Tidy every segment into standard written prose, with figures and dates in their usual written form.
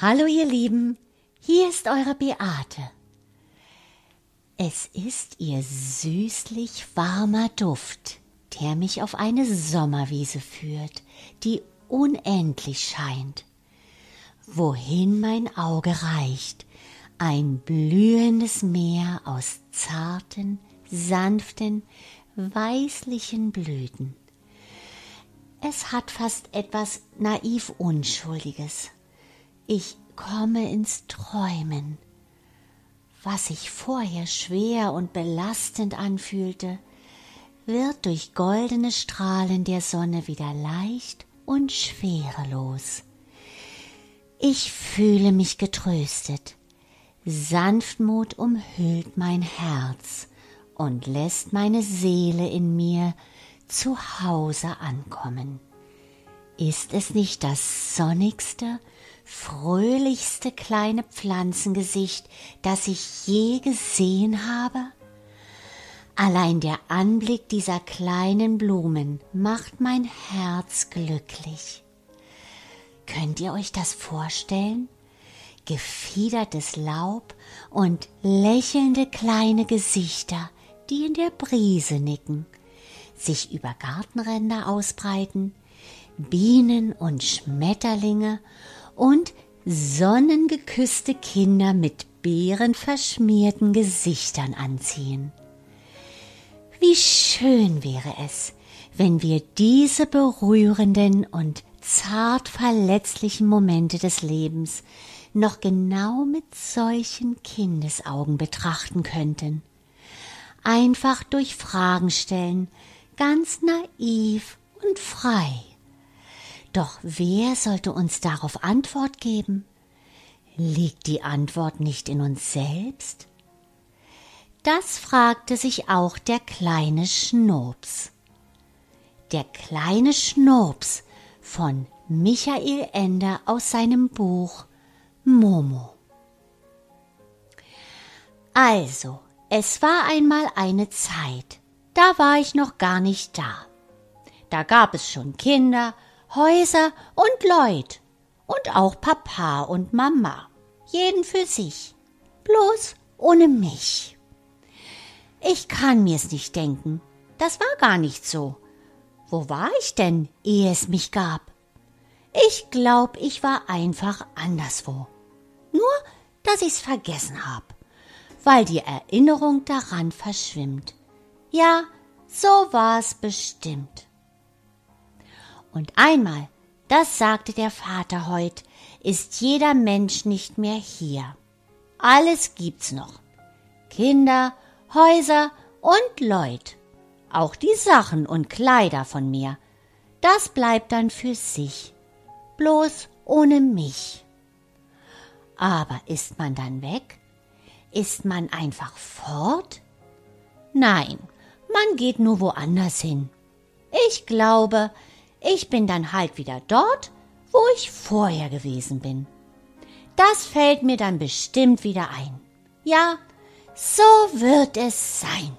Hallo ihr Lieben, hier ist eure Beate. Es ist ihr süßlich warmer Duft, der mich auf eine Sommerwiese führt, die unendlich scheint. Wohin mein Auge reicht, ein blühendes Meer aus zarten, sanften, weißlichen Blüten. Es hat fast etwas naiv Unschuldiges. Ich komme ins Träumen. Was sich vorher schwer und belastend anfühlte, wird durch goldene Strahlen der Sonne wieder leicht und schwerelos. Ich fühle mich getröstet. Sanftmut umhüllt mein Herz und lässt meine Seele in mir zu Hause ankommen. Ist es nicht das sonnigste, fröhlichste kleine Pflanzengesicht, das ich je gesehen habe? Allein der Anblick dieser kleinen Blumen macht mein Herz glücklich. Könnt ihr euch das vorstellen? Gefiedertes Laub und lächelnde kleine Gesichter, die in der Brise nicken, sich über Gartenränder ausbreiten, Bienen und Schmetterlinge und sonnengeküsste Kinder mit beerenverschmierten Gesichtern anziehen. Wie schön wäre es, wenn wir diese berührenden und zart verletzlichen Momente des Lebens noch genau mit solchen Kindesaugen betrachten könnten. Einfach durch Fragen stellen, ganz naiv und frei. Doch wer sollte uns darauf Antwort geben? Liegt die Antwort nicht in uns selbst? Das fragte sich auch der kleine Schnurps. Der kleine Schnurps von Michael Ender aus seinem Buch Momo. Also, es war einmal eine Zeit, da war ich noch gar nicht da. Da gab es schon Kinder, Häuser und Leut und auch Papa und Mama, jeden für sich, bloß ohne mich. Ich kann mir's nicht denken, das war gar nicht so. Wo war ich denn, ehe es mich gab? Ich glaub, ich war einfach anderswo. Nur, dass ich's vergessen hab, weil die Erinnerung daran verschwimmt. Ja, so war's bestimmt. Und einmal, das sagte der Vater heut, ist jeder Mensch nicht mehr hier. Alles gibt's noch. Kinder, Häuser und Leut. Auch die Sachen und Kleider von mir. Das bleibt dann für sich. Bloß ohne mich. Aber ist man dann weg? Ist man einfach fort? Nein, man geht nur woanders hin. Ich glaube, ich bin dann halt wieder dort, wo ich vorher gewesen bin. Das fällt mir dann bestimmt wieder ein. Ja, so wird es sein.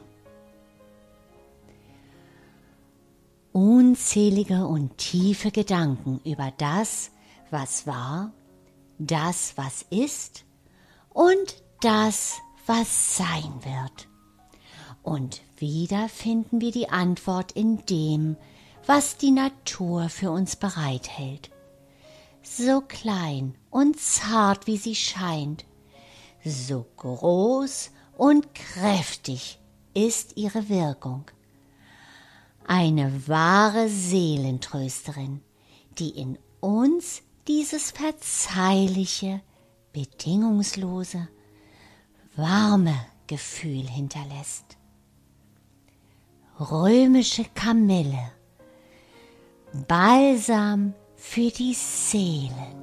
Unzählige und tiefe Gedanken über das, was war, das, was ist und das, was sein wird. Und wieder finden wir die Antwort in dem, was die Natur für uns bereithält. So klein und zart, wie sie scheint, so groß und kräftig ist ihre Wirkung. Eine wahre Seelentrösterin, die in uns dieses verzeihliche, bedingungslose, warme Gefühl hinterlässt. Römische Kamille, Balsam für die Seelen.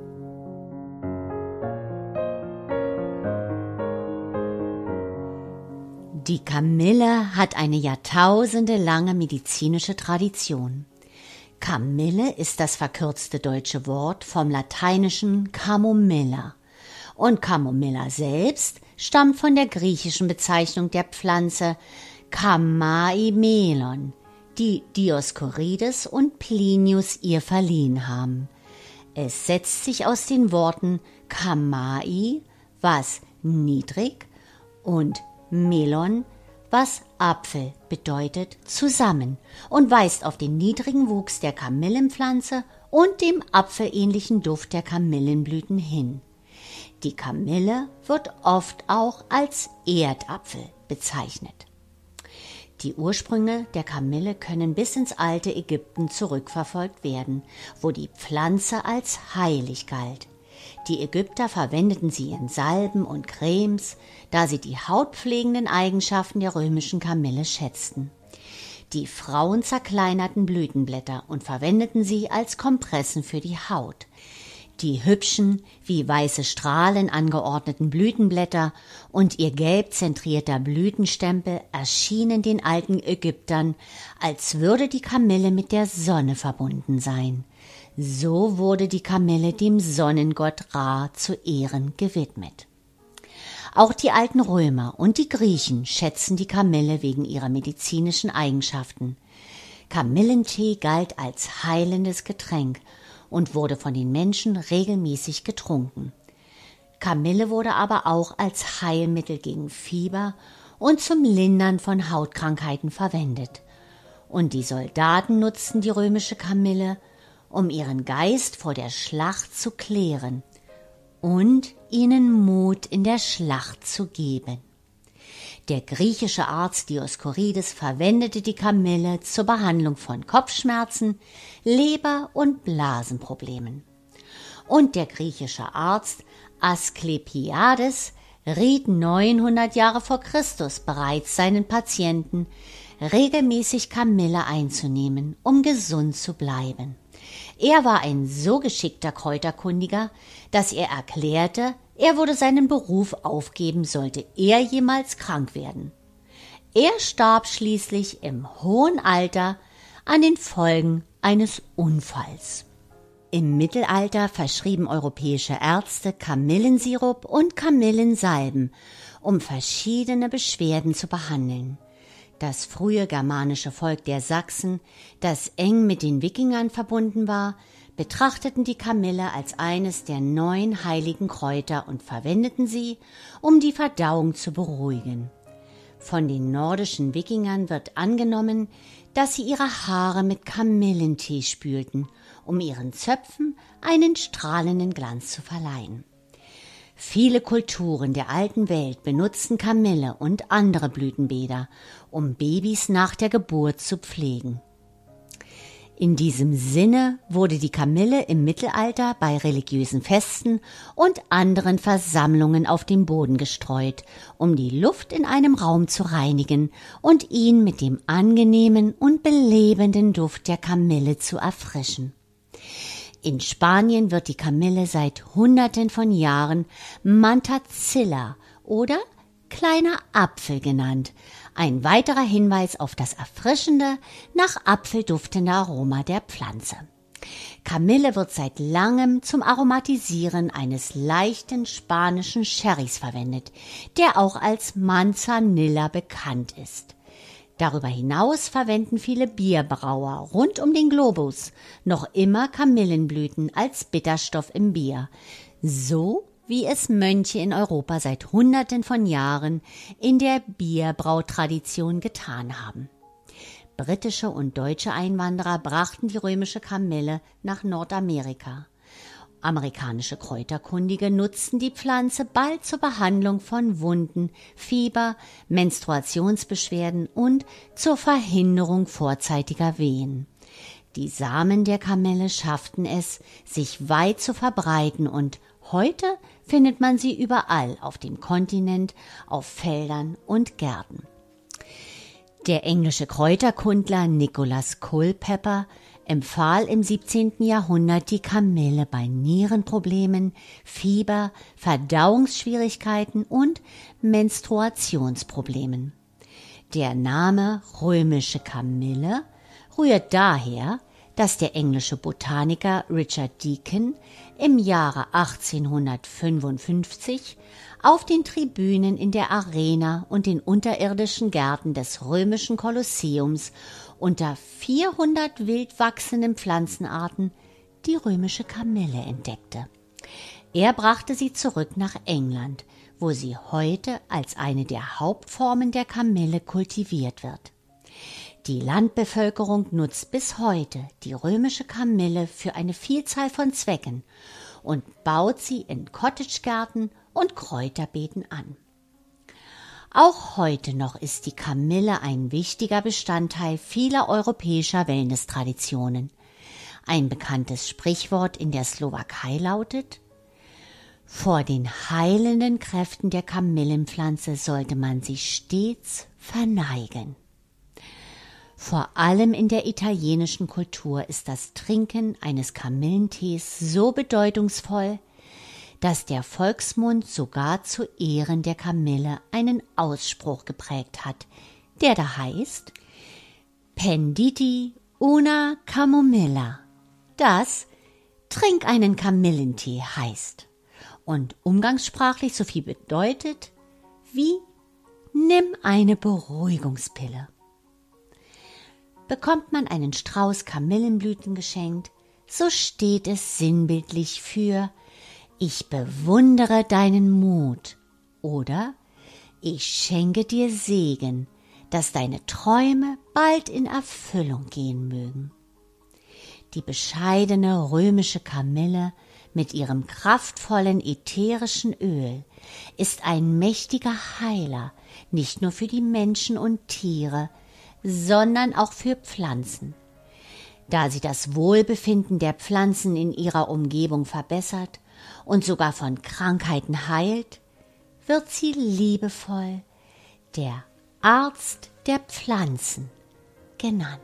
Die Kamille hat eine jahrtausendelange medizinische Tradition. Kamille ist das verkürzte deutsche Wort vom lateinischen Camomilla. Und Camomilla selbst stammt von der griechischen Bezeichnung der Pflanze Kamaimelon, die Dioskurides und Plinius ihr verliehen haben. Es setzt sich aus den Worten Kamai, was niedrig, und Melon, was Apfel bedeutet, zusammen und weist auf den niedrigen Wuchs der Kamillenpflanze und dem apfelähnlichen Duft der Kamillenblüten hin. Die Kamille wird oft auch als Erdapfel bezeichnet. Die Ursprünge der Kamille können bis ins alte Ägypten zurückverfolgt werden, wo die Pflanze als heilig galt. Die Ägypter verwendeten sie in Salben und Cremes, da sie die hautpflegenden Eigenschaften der römischen Kamille schätzten. Die Frauen zerkleinerten Blütenblätter und verwendeten sie als Kompressen für die Haut. Die hübschen, wie weiße Strahlen angeordneten Blütenblätter und ihr gelb zentrierter Blütenstempel erschienen den alten Ägyptern, als würde die Kamille mit der Sonne verbunden sein. So wurde die Kamille dem Sonnengott Ra zu Ehren gewidmet. Auch die alten Römer und die Griechen schätzen die Kamille wegen ihrer medizinischen Eigenschaften. Kamillentee galt als heilendes Getränk und wurde von den Menschen regelmäßig getrunken. Kamille wurde aber auch als Heilmittel gegen Fieber und zum Lindern von Hautkrankheiten verwendet. Und die Soldaten nutzten die römische Kamille, um ihren Geist vor der Schlacht zu klären und ihnen Mut in der Schlacht zu geben. Der griechische Arzt Dioskurides verwendete die Kamille zur Behandlung von Kopfschmerzen, Leber- und Blasenproblemen. Und der griechische Arzt Asklepiades riet 900 Jahre vor Christus bereits seinen Patienten, regelmäßig Kamille einzunehmen, um gesund zu bleiben. Er war ein so geschickter Kräuterkundiger, dass er erklärte, er würde seinen Beruf aufgeben, sollte er jemals krank werden. Er starb schließlich im hohen Alter an den Folgen eines Unfalls. Im Mittelalter verschrieben europäische Ärzte Kamillensirup und Kamillensalben, um verschiedene Beschwerden zu behandeln. Das frühe germanische Volk der Sachsen, das eng mit den Wikingern verbunden war, betrachteten die Kamille als eines der 9 heiligen Kräuter und verwendeten sie, um die Verdauung zu beruhigen. Von den nordischen Wikingern wird angenommen, dass sie ihre Haare mit Kamillentee spülten, um ihren Zöpfen einen strahlenden Glanz zu verleihen. Viele Kulturen der alten Welt benutzten Kamille und andere Blütenbäder, um Babys nach der Geburt zu pflegen. In diesem Sinne wurde die Kamille im Mittelalter bei religiösen Festen und anderen Versammlungen auf den Boden gestreut, um die Luft in einem Raum zu reinigen und ihn mit dem angenehmen und belebenden Duft der Kamille zu erfrischen. In Spanien wird die Kamille seit Hunderten von Jahren Mantazilla oder kleiner Apfel genannt, ein weiterer Hinweis auf das erfrischende, nach Apfel duftende Aroma der Pflanze. Kamille wird seit langem zum Aromatisieren eines leichten spanischen Sherrys verwendet, der auch als Manzanilla bekannt ist. Darüber hinaus verwenden viele Bierbrauer rund um den Globus noch immer Kamillenblüten als Bitterstoff im Bier, so wie es Mönche in Europa seit Hunderten von Jahren in der Bierbrautradition getan haben. Britische und deutsche Einwanderer brachten die römische Kamille nach Nordamerika. Amerikanische Kräuterkundige nutzten die Pflanze bald zur Behandlung von Wunden, Fieber, Menstruationsbeschwerden und zur Verhinderung vorzeitiger Wehen. Die Samen der Kamille schafften es, sich weit zu verbreiten und heute findet man sie überall auf dem Kontinent, auf Feldern und Gärten. Der englische Kräuterkundler Nicholas Culpeper empfahl im 17. Jahrhundert die Kamille bei Nierenproblemen, Fieber, Verdauungsschwierigkeiten und Menstruationsproblemen. Der Name römische Kamille rührt daher, dass der englische Botaniker Richard Deacon im Jahre 1855 auf den Tribünen in der Arena und den unterirdischen Gärten des römischen Kolosseums unter 400 wild wachsenden Pflanzenarten die römische Kamille entdeckte. Er brachte sie zurück nach England, wo sie heute als eine der Hauptformen der Kamille kultiviert wird. Die Landbevölkerung nutzt bis heute die römische Kamille für eine Vielzahl von Zwecken und baut sie in Cottagegärten und Kräuterbeeten an. Auch heute noch ist die Kamille ein wichtiger Bestandteil vieler europäischer Wellness-Traditionen. Ein bekanntes Sprichwort in der Slowakei lautet: Vor den heilenden Kräften der Kamillenpflanze sollte man sich stets verneigen. Vor allem in der italienischen Kultur ist das Trinken eines Kamillentees so bedeutungsvoll, dass der Volksmund sogar zu Ehren der Kamille einen Ausspruch geprägt hat, der da heißt: Penditi una camomilla, das Trink einen Kamillentee heißt und umgangssprachlich so viel bedeutet wie Nimm eine Beruhigungspille. Bekommt man einen Strauß Kamillenblüten geschenkt, so steht es sinnbildlich für Ich bewundere deinen Mut oder Ich schenke dir Segen, dass deine Träume bald in Erfüllung gehen mögen. Die bescheidene römische Kamille mit ihrem kraftvollen ätherischen Öl ist ein mächtiger Heiler, nicht nur für die Menschen und Tiere, sondern auch für Pflanzen. Da sie das Wohlbefinden der Pflanzen in ihrer Umgebung verbessert und sogar von Krankheiten heilt, wird sie liebevoll der Arzt der Pflanzen genannt.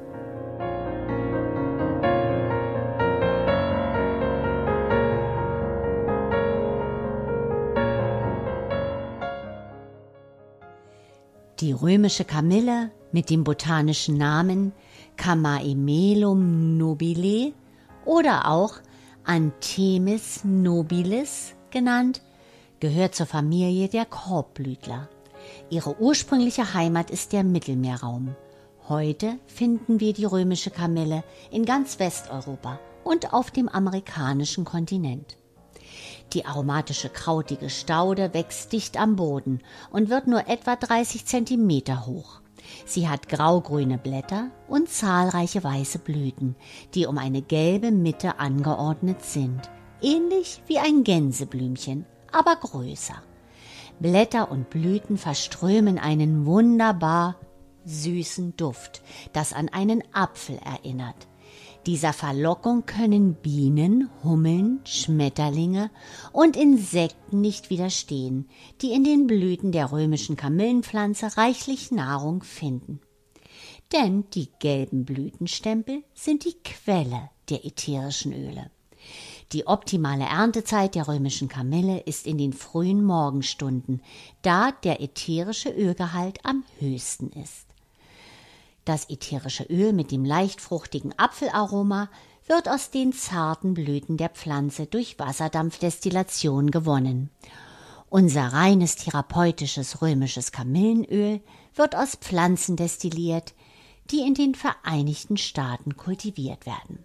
Die römische Kamille mit dem botanischen Namen Chamaemelum nobile oder auch Anthemis nobilis genannt, gehört zur Familie der Korbblütler. Ihre ursprüngliche Heimat ist der Mittelmeerraum. Heute finden wir die römische Kamille in ganz Westeuropa und auf dem amerikanischen Kontinent. Die aromatische krautige Staude wächst dicht am Boden und wird nur etwa 30 Zentimeter hoch. Sie hat graugrüne Blätter und zahlreiche weiße Blüten, die um eine gelbe Mitte angeordnet sind, ähnlich wie ein Gänseblümchen, aber größer. Blätter und Blüten verströmen einen wunderbar süßen Duft, das an einen Apfel erinnert. Dieser Verlockung können Bienen, Hummeln, Schmetterlinge und Insekten nicht widerstehen, die in den Blüten der römischen Kamillenpflanze reichlich Nahrung finden. Denn die gelben Blütenstempel sind die Quelle der ätherischen Öle. Die optimale Erntezeit der römischen Kamille ist in den frühen Morgenstunden, da der ätherische Ölgehalt am höchsten ist. Das ätherische Öl mit dem leicht fruchtigen Apfelaroma wird aus den zarten Blüten der Pflanze durch Wasserdampfdestillation gewonnen. Unser reines therapeutisches römisches Kamillenöl wird aus Pflanzen destilliert, die in den Vereinigten Staaten kultiviert werden.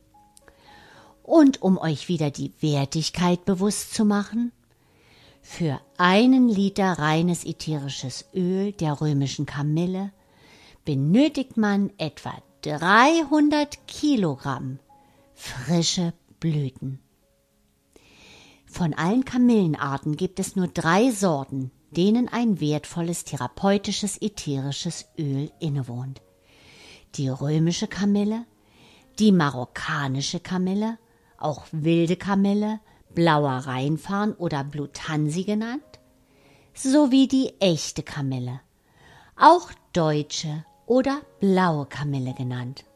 Und um euch wieder die Wertigkeit bewusst zu machen, für 1 Liter reines ätherisches Öl der römischen Kamille benötigt man etwa 300 Kilogramm frische Blüten. Von allen Kamillenarten gibt es nur 3 Sorten, denen ein wertvolles therapeutisches ätherisches Öl innewohnt. Die römische Kamille, die marokkanische Kamille, auch wilde Kamille, blauer Rheinfarn oder Blutansi genannt, sowie die echte Kamille, auch deutsche oder blaue Kamille genannt.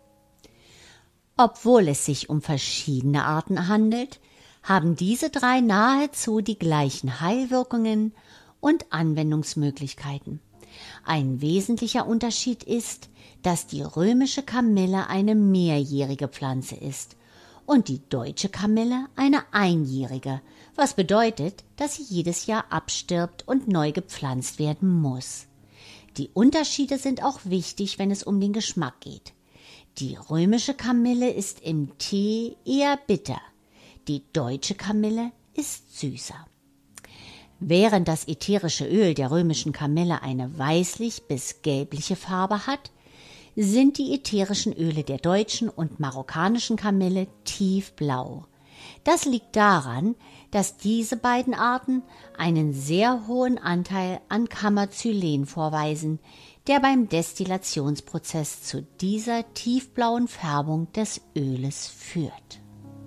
Obwohl es sich um verschiedene Arten handelt, haben diese 3 nahezu die gleichen Heilwirkungen und Anwendungsmöglichkeiten. Ein wesentlicher Unterschied ist, dass die römische Kamille eine mehrjährige Pflanze ist und die deutsche Kamille eine einjährige, was bedeutet, dass sie jedes Jahr abstirbt und neu gepflanzt werden muss. Die Unterschiede sind auch wichtig, wenn es um den Geschmack geht. Die römische Kamille ist im Tee eher bitter, die deutsche Kamille ist süßer. Während das ätherische Öl der römischen Kamille eine weißlich bis gelbliche Farbe hat, sind die ätherischen Öle der deutschen und marokkanischen Kamille tiefblau. Das liegt daran, dass diese beiden Arten einen sehr hohen Anteil an Carmazylen vorweisen, der beim Destillationsprozess zu dieser tiefblauen Färbung des Öles führt.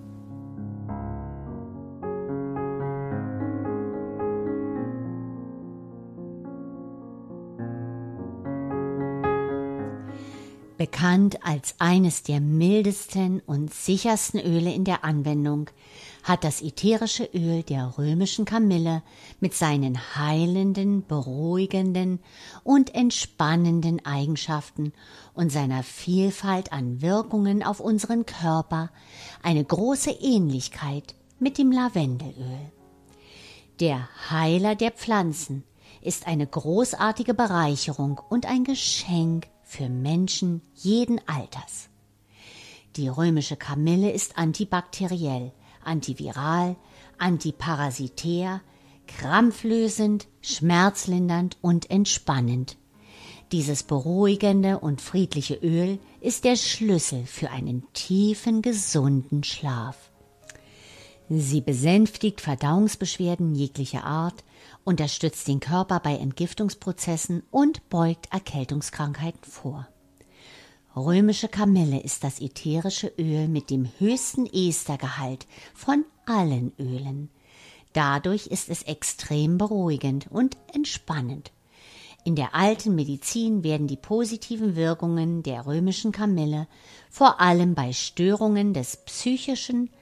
Bekannt als eines der mildesten und sichersten Öle in der Anwendung, hat das ätherische Öl der römischen Kamille mit seinen heilenden, beruhigenden und entspannenden Eigenschaften und seiner Vielfalt an Wirkungen auf unseren Körper eine große Ähnlichkeit mit dem Lavendelöl. Der Heiler der Pflanzen ist eine großartige Bereicherung und ein Geschenk für Menschen jeden Alters. Die römische Kamille ist antibakteriell, antiviral, antiparasitär, krampflösend, schmerzlindernd und entspannend. Dieses beruhigende und friedliche Öl ist der Schlüssel für einen tiefen, gesunden Schlaf. Sie besänftigt Verdauungsbeschwerden jeglicher Art, unterstützt den Körper bei Entgiftungsprozessen und beugt Erkältungskrankheiten vor. Römische Kamille ist das ätherische Öl mit dem höchsten Estergehalt von allen Ölen. Dadurch ist es extrem beruhigend und entspannend. In der alten Medizin werden die positiven Wirkungen der römischen Kamille vor allem bei Störungen des psychischen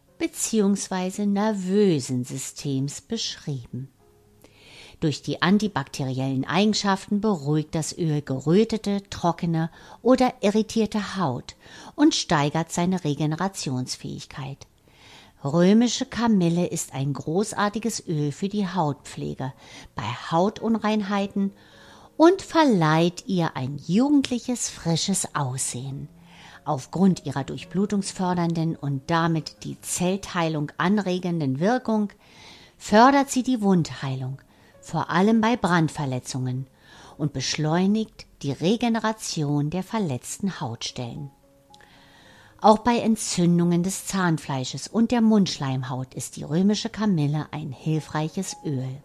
bzw. nervösen Systems beschrieben. Durch die antibakteriellen Eigenschaften beruhigt das Öl gerötete, trockene oder irritierte Haut und steigert seine Regenerationsfähigkeit. Römische Kamille ist ein großartiges Öl für die Hautpflege bei Hautunreinheiten und verleiht ihr ein jugendliches, frisches Aussehen. Aufgrund ihrer durchblutungsfördernden und damit die Zellteilung anregenden Wirkung fördert sie die Wundheilung, vor allem bei Brandverletzungen, und beschleunigt die Regeneration der verletzten Hautstellen. Auch bei Entzündungen des Zahnfleisches und der Mundschleimhaut ist die römische Kamille ein hilfreiches Öl.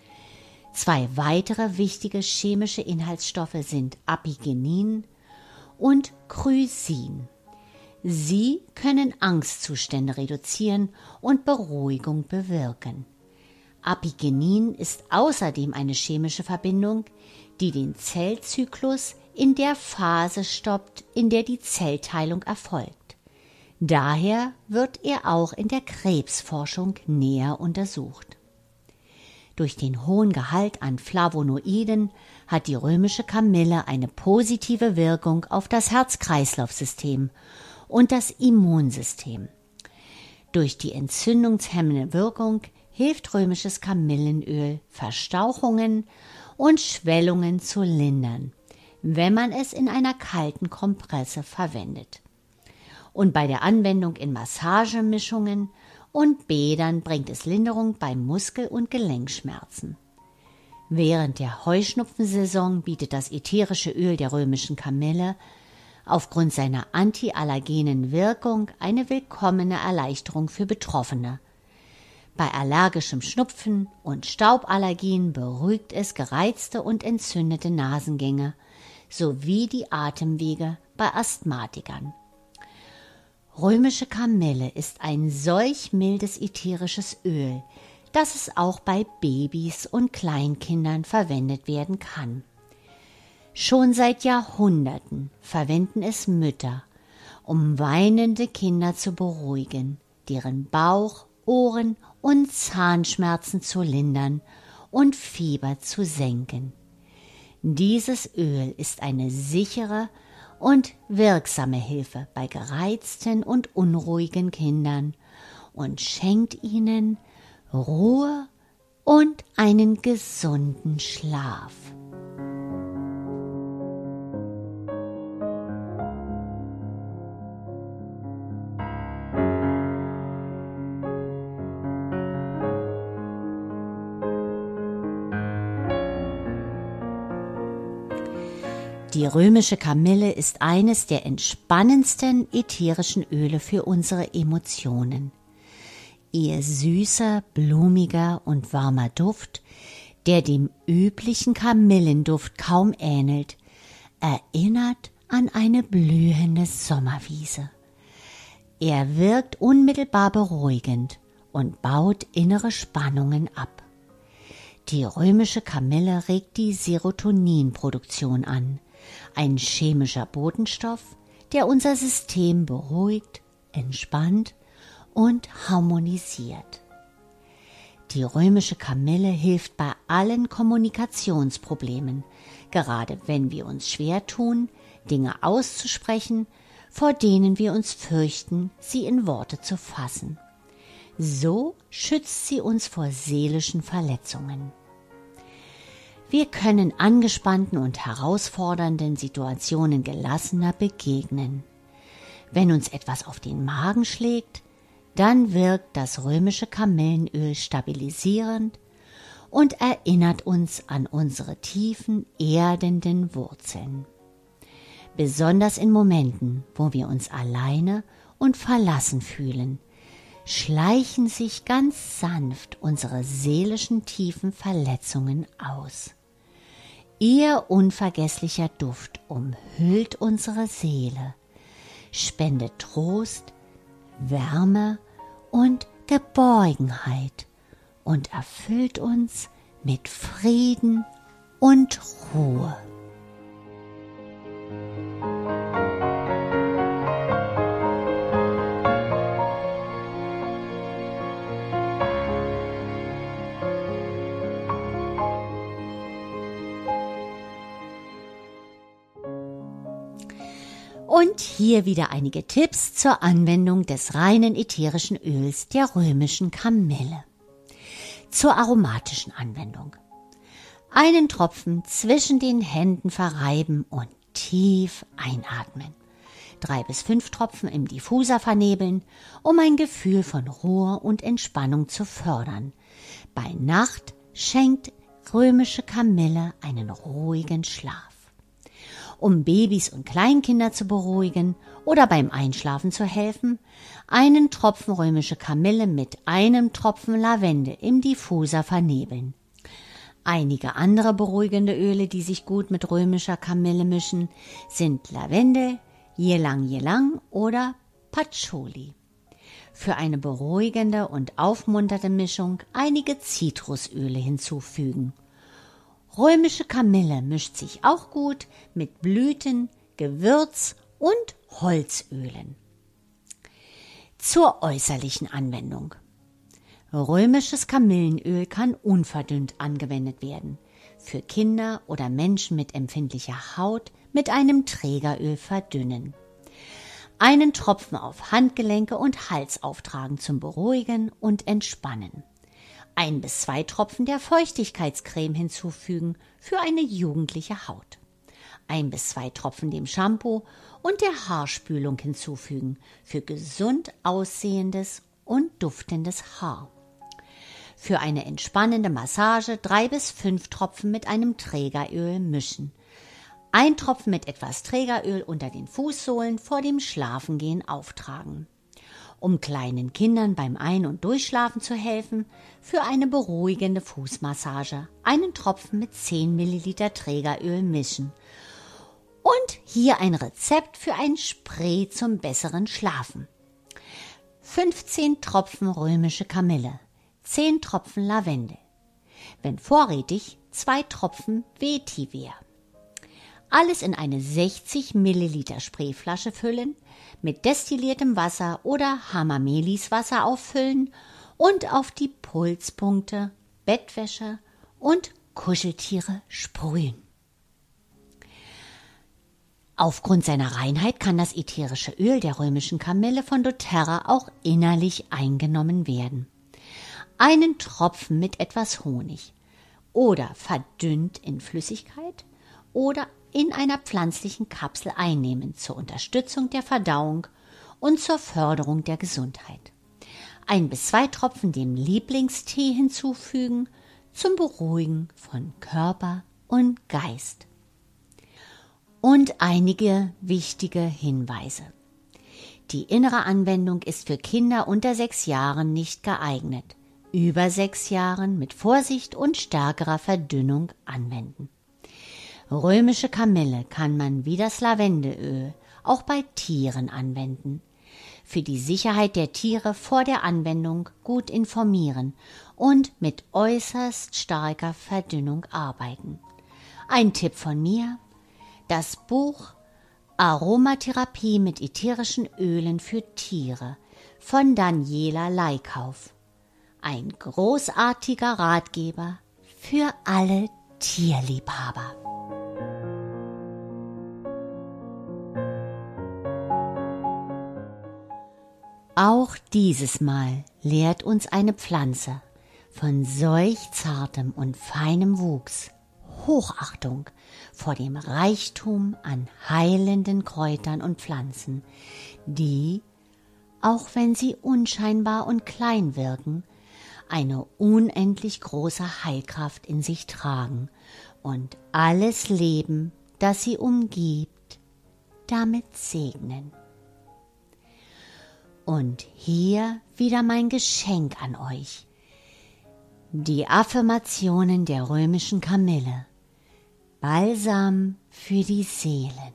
2 weitere wichtige chemische Inhaltsstoffe sind Apigenin und Chrysin. Sie können Angstzustände reduzieren und Beruhigung bewirken. Apigenin ist außerdem eine chemische Verbindung, die den Zellzyklus in der Phase stoppt, in der die Zellteilung erfolgt. Daher wird er auch in der Krebsforschung näher untersucht. Durch den hohen Gehalt an Flavonoiden hat die römische Kamille eine positive Wirkung auf das Herz-Kreislauf-System und das Immunsystem. Durch die entzündungshemmende Wirkung hilft römisches Kamillenöl, Verstauchungen und Schwellungen zu lindern, wenn man es in einer kalten Kompresse verwendet. Und bei der Anwendung in Massagemischungen und Bädern bringt es Linderung bei Muskel- und Gelenkschmerzen. Während der Heuschnupfensaison bietet das ätherische Öl der römischen Kamille aufgrund seiner antiallergenen Wirkung eine willkommene Erleichterung für Betroffene. Bei allergischem Schnupfen und Stauballergien beruhigt es gereizte und entzündete Nasengänge sowie die Atemwege bei Asthmatikern. Römische Kamille ist ein solch mildes ätherisches Öl, dass es auch bei Babys und Kleinkindern verwendet werden kann. Schon seit Jahrhunderten verwenden es Mütter, um weinende Kinder zu beruhigen, deren Bauch-, Ohren- und Zahnschmerzen zu lindern und Fieber zu senken. Dieses Öl ist eine sichere und wirksame Hilfe bei gereizten und unruhigen Kindern und schenkt ihnen Ruhe und einen gesunden Schlaf. Die römische Kamille ist eines der entspannendsten ätherischen Öle für unsere Emotionen. Ihr süßer, blumiger und warmer Duft, der dem üblichen Kamillenduft kaum ähnelt, erinnert an eine blühende Sommerwiese. Er wirkt unmittelbar beruhigend und baut innere Spannungen ab. Die römische Kamille regt die Serotoninproduktion an, ein chemischer Botenstoff, der unser System beruhigt, entspannt und harmonisiert. Die römische Kamille hilft bei allen Kommunikationsproblemen, gerade wenn wir uns schwer tun, Dinge auszusprechen, vor denen wir uns fürchten, sie in Worte zu fassen. So schützt sie uns vor seelischen Verletzungen. Wir können angespannten und herausfordernden Situationen gelassener begegnen. Wenn uns etwas auf den Magen schlägt, dann wirkt das römische Kamillenöl stabilisierend und erinnert uns an unsere tiefen, erdenden Wurzeln. Besonders in Momenten, wo wir uns alleine und verlassen fühlen, schleichen sich ganz sanft unsere seelischen tiefen Verletzungen aus. Ihr unvergesslicher Duft umhüllt unsere Seele, spendet Trost, Wärme und Geborgenheit und erfüllt uns mit Frieden und Ruhe. Und hier wieder einige Tipps zur Anwendung des reinen ätherischen Öls der römischen Kamille. Zur aromatischen Anwendung. Einen Tropfen zwischen den Händen verreiben und tief einatmen. 3 bis 5 Tropfen im Diffuser vernebeln, um ein Gefühl von Ruhe und Entspannung zu fördern. Bei Nacht schenkt römische Kamille einen ruhigen Schlaf. Um Babys und Kleinkinder zu beruhigen oder beim Einschlafen zu helfen, einen Tropfen römische Kamille mit einem Tropfen Lavende im Diffuser vernebeln. Einige andere beruhigende Öle, die sich gut mit römischer Kamille mischen, sind Lavende, Ylang Ylang oder Patchouli. Für eine beruhigende und aufmunternde Mischung einige Zitrusöle hinzufügen. Römische Kamille mischt sich auch gut mit Blüten, Gewürz und Holzölen. Zur äußerlichen Anwendung. Römisches Kamillenöl kann unverdünnt angewendet werden. Für Kinder oder Menschen mit empfindlicher Haut mit einem Trägeröl verdünnen. Einen Tropfen auf Handgelenke und Hals auftragen zum Beruhigen und Entspannen. 1 bis 2 Tropfen der Feuchtigkeitscreme hinzufügen für eine jugendliche Haut. 1 bis 2 Tropfen dem Shampoo und der Haarspülung hinzufügen für gesund aussehendes und duftendes Haar. Für eine entspannende Massage 3 bis 5 Tropfen mit einem Trägeröl mischen. 1 Tropfen mit etwas Trägeröl unter den Fußsohlen vor dem Schlafengehen auftragen. Um kleinen Kindern beim Ein- und Durchschlafen zu helfen, für eine beruhigende Fußmassage einen Tropfen mit 10 Milliliter Trägeröl mischen. Und hier ein Rezept für ein Spray zum besseren Schlafen. 15 Tropfen römische Kamille, 10 Tropfen Lavende. Wenn vorrätig, 2 Tropfen Vetiver. Alles in eine 60 Milliliter Sprayflasche füllen, mit destilliertem Wasser oder Hamameliswasser auffüllen und auf die Pulspunkte, Bettwäsche und Kuscheltiere sprühen. Aufgrund seiner Reinheit kann das ätherische Öl der römischen Kamille von doTERRA auch innerlich eingenommen werden. Einen Tropfen mit etwas Honig oder verdünnt in Flüssigkeit oder in einer pflanzlichen Kapsel einnehmen zur Unterstützung der Verdauung und zur Förderung der Gesundheit. 1 bis 2 Tropfen dem Lieblingstee hinzufügen zum Beruhigen von Körper und Geist. Und einige wichtige Hinweise. Die innere Anwendung ist für Kinder unter 6 Jahren nicht geeignet. Über 6 Jahren mit Vorsicht und stärkerer Verdünnung anwenden. Römische Kamille kann man wie das Lavendelöl auch bei Tieren anwenden. Für die Sicherheit der Tiere vor der Anwendung gut informieren und mit äußerst starker Verdünnung arbeiten. Ein Tipp von mir: das Buch Aromatherapie mit ätherischen Ölen für Tiere von Daniela Leikauf. Ein großartiger Ratgeber für alle Tierliebhaber. Auch dieses Mal lehrt uns eine Pflanze von solch zartem und feinem Wuchs Hochachtung vor dem Reichtum an heilenden Kräutern und Pflanzen, die, auch wenn sie unscheinbar und klein wirken, eine unendlich große Heilkraft in sich tragen und alles Leben, das sie umgibt, damit segnen. Und hier wieder mein Geschenk an euch. Die Affirmationen der römischen Kamille. Balsam für die Seelen.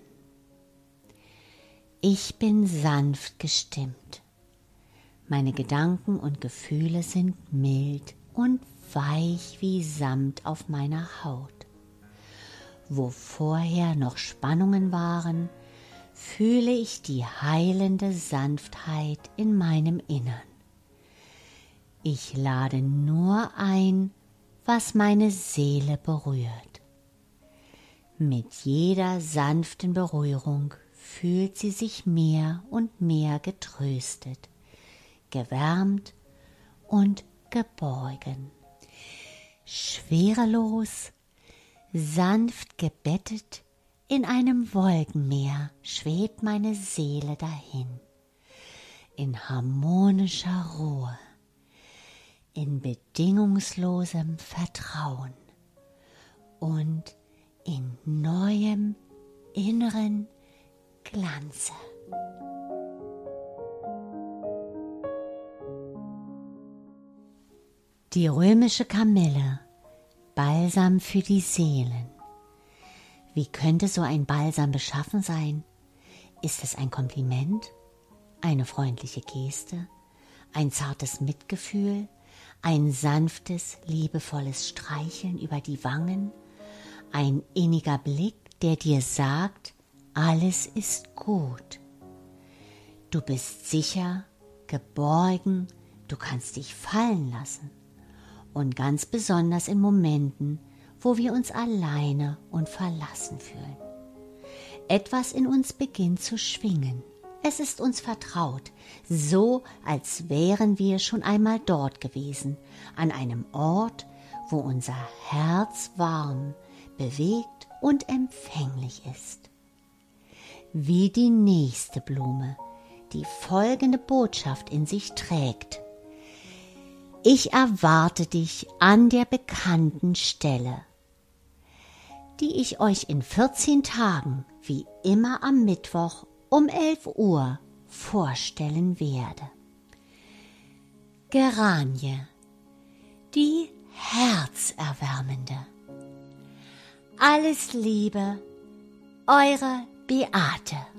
Ich bin sanft gestimmt. Meine Gedanken und Gefühle sind mild und weich wie Samt auf meiner Haut. Wo vorher noch Spannungen waren, fühle ich die heilende Sanftheit in meinem Innern. Ich lade nur ein, was meine Seele berührt. Mit jeder sanften Berührung fühlt sie sich mehr und mehr getröstet, gewärmt und geborgen. Schwerelos, sanft gebettet in einem Wolkenmeer schwebt meine Seele dahin, in harmonischer Ruhe, in bedingungslosem Vertrauen und in neuem inneren Glanze. Die römische Kamille, Balsam für die Seelen. Wie könnte so ein Balsam beschaffen sein? Ist es ein Kompliment, eine freundliche Geste, ein zartes Mitgefühl, ein sanftes, liebevolles Streicheln über die Wangen, ein inniger Blick, der dir sagt, alles ist gut. Du bist sicher, geborgen, du kannst dich fallen lassen. Und ganz besonders in Momenten, wo wir uns alleine und verlassen fühlen. Etwas in uns beginnt zu schwingen. Es ist uns vertraut, so als wären wir schon einmal dort gewesen, an einem Ort, wo unser Herz warm, bewegt und empfänglich ist. Wie die nächste Blume, die folgende Botschaft in sich trägt: Ich erwarte dich an der bekannten Stelle, die ich euch in 14 Tagen, wie immer am Mittwoch um 11 Uhr, vorstellen werde. Geranie, die herzerwärmende. Alles Liebe, eure Beate.